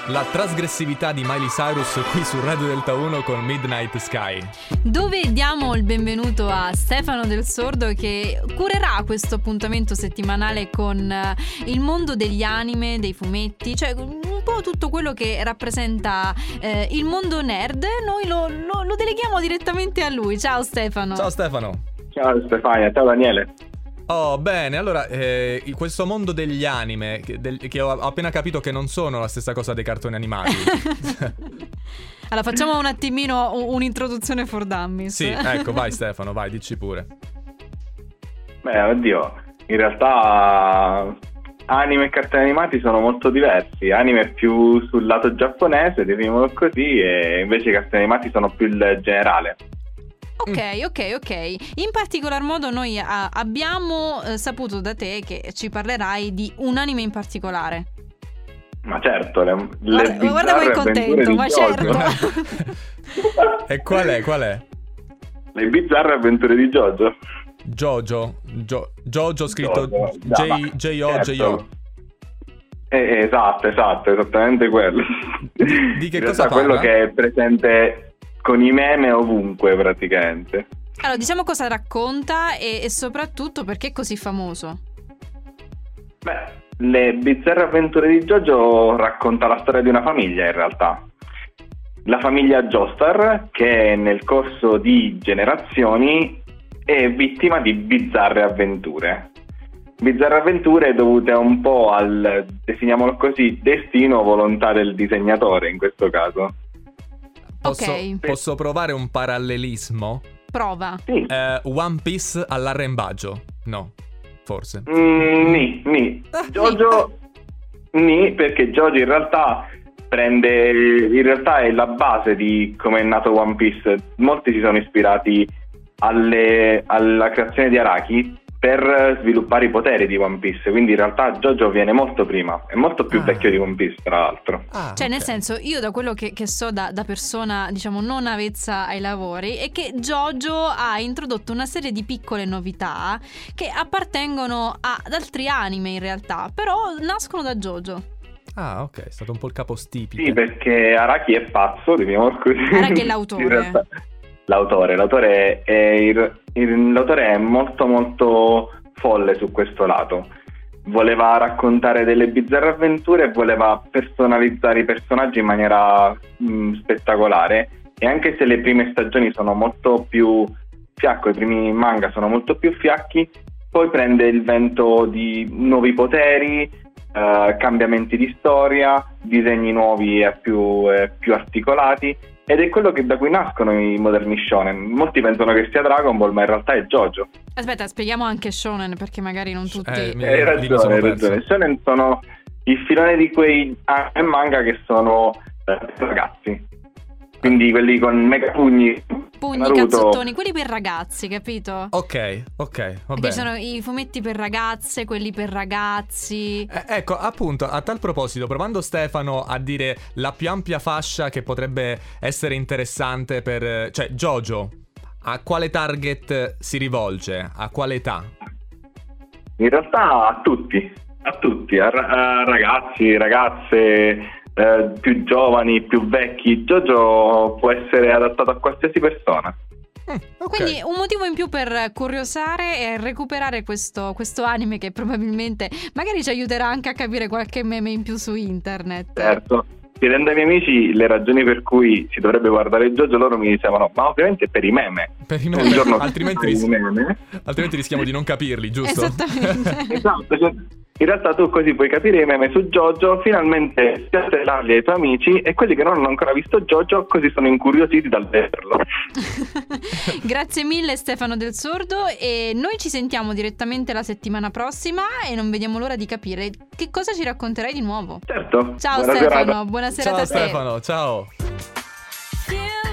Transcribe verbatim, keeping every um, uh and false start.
la trasgressività di Miley Cyrus qui su Radio Delta uno con Midnight Sky. Dove diamo il benvenuto a Stefano Del Sordo, che curerà questo appuntamento settimanale con il mondo degli anime, dei fumetti, cioè un po' tutto quello che rappresenta eh, il mondo nerd. Noi lo, lo, lo deleghiamo direttamente a lui. Ciao Stefano. Ciao Stefano. Ciao Stefania, ciao Daniele. Oh, bene, allora, eh, questo mondo degli anime, che, del, che ho appena capito che non sono la stessa cosa dei cartoni animati. Allora, facciamo un attimino un'introduzione for dummies. Sì, ecco, vai Stefano, vai, dici pure. Beh, oddio, in realtà anime e cartoni animati sono molto diversi. Anime è più sul lato giapponese, definiamolo così, e invece i cartoni animati sono più il generale. Ok, ok, ok. In particolar modo noi a, abbiamo eh, saputo da te che ci parlerai di un anime in particolare. Ma certo, le, guarda, le guarda come è contento, ma certo. E qual è, qual è? Le bizzarre avventure di Jojo. Jojo, jo, Jojo scritto Jojo, J O J O. Eh, esatto, esatto, esattamente quello. Di, di che in cosa realtà parla? Quello che è presente con i meme ovunque praticamente. Allora, diciamo cosa racconta e, e soprattutto perché è così famoso. Beh, le bizzarre avventure di Jojo racconta la storia di una famiglia in realtà. La famiglia Joestar, che nel corso di generazioni è vittima di bizzarre avventure. Bizzarre avventure dovute un po' al, definiamolo così, destino o volontà del disegnatore in questo caso. Posso, Ok. posso provare un parallelismo? Prova. Sì. Eh, One Piece all'arrembaggio? No, forse. Mm, ni, ni. Jojo, ni, perché Jojo in realtà prende, in realtà è la base di come è nato One Piece. Molti si sono ispirati alle, alla creazione di Araki per sviluppare i poteri di One Piece, quindi in realtà Jojo viene molto prima, è molto più Ah. vecchio di One Piece tra l'altro. Ah, Cioè, nel ok. senso, io da quello che, che so da, da persona, diciamo, non avvezza ai lavori, è che Jojo ha introdotto una serie di piccole novità che appartengono a- ad altri anime in realtà, però nascono da Jojo. Ah, ok, è stato un po' il capostipite. Sì, perché Araki è pazzo, diciamo così. Araki è l'autore. In realtà, l'autore, l'autore è, il, il- l'autore è molto molto folle su questo lato. Voleva raccontare delle bizzarre avventure e voleva personalizzare i personaggi in maniera mh, spettacolare, e anche se le prime stagioni sono molto più fiacco, i primi manga sono molto più fiacchi, poi prende il vento di nuovi poteri, eh, cambiamenti di storia, disegni nuovi e più, eh, più articolati, ed è quello che da cui nascono i moderni shonen. Molti pensano che sia Dragon Ball, ma in realtà è Jojo. Aspetta, spieghiamo anche shonen, perché magari non tutti... Eh, mi- Hai lì mi sono ragione, hai perso. ragione. Shonen sono il filone di quei anime e manga che sono eh, ragazzi, quindi quelli con mega pugni, Pugni, Naruto. cazzottoni, quelli per ragazzi, capito? Ok, ok, va Perché bene. ci sono i fumetti per ragazze, quelli per ragazzi. Eh, ecco, appunto, a tal proposito, provando Stefano a dire la più ampia fascia che potrebbe essere interessante per... eh, cioè, Jojo, a quale target si rivolge? A quale età? in realtà a tutti, a tutti, a, ra- a ragazzi, ragazze, eh, più giovani, più vecchi. Jojo può essere adattato a qualsiasi persona. Mm, ok. Quindi un motivo in più per curiosare e recuperare questo, questo anime che probabilmente magari ci aiuterà anche a capire qualche meme in più su internet. Certo, chiedendo ai miei amici le ragioni per cui si dovrebbe guardare Jojo, loro mi dicevano ma ovviamente per i meme. Per i Un meme, giorno altrimenti, i ris- meme. altrimenti rischiamo di non capirli, giusto? Esattamente. Esatto, cioè, in realtà tu così puoi capire i meme su Jojo, finalmente spiattellarli ai tuoi amici, e quelli che non hanno ancora visto Jojo così sono incuriositi dal vederlo. Grazie mille Stefano Del Sordo, e noi ci sentiamo direttamente la settimana prossima e non vediamo l'ora di capire che cosa ci racconterai di nuovo. Certo. Ciao buona Stefano, serata. buona serata Ciao a te. Stefano, ciao. Yeah.